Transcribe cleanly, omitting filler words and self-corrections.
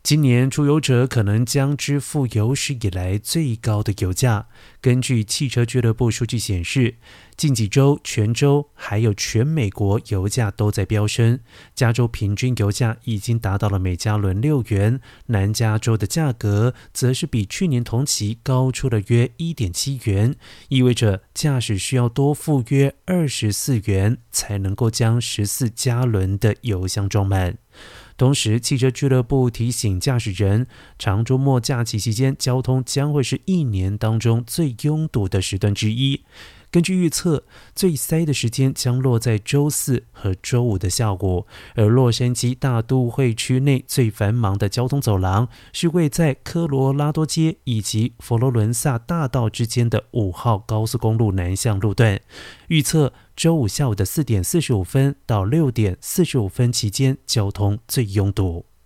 今年出游者可能将支付有史以来最高的油价。根据汽车俱乐部数据显示，近几周全州还有全美国油价都在飙升。加州平均油价已经达到了每加仑6元，南加州的价格则是比去年同期高出了约 1.7 元，意味着驾驶需要多付约24元才能够将14加仑的油箱装满。同时，汽车俱乐部提醒驾驶人，长周末假期期间，交通将会是一年当中最拥堵的时段之一。根据预测，最塞的时间将落在周四和周五的下午，而洛杉矶大都会区内最繁忙的交通走廊是位在科罗拉多街以及佛罗伦萨大道之间的5号高速公路南向路段。预测周五下午的4点45分到6点45分期间，交通最拥堵。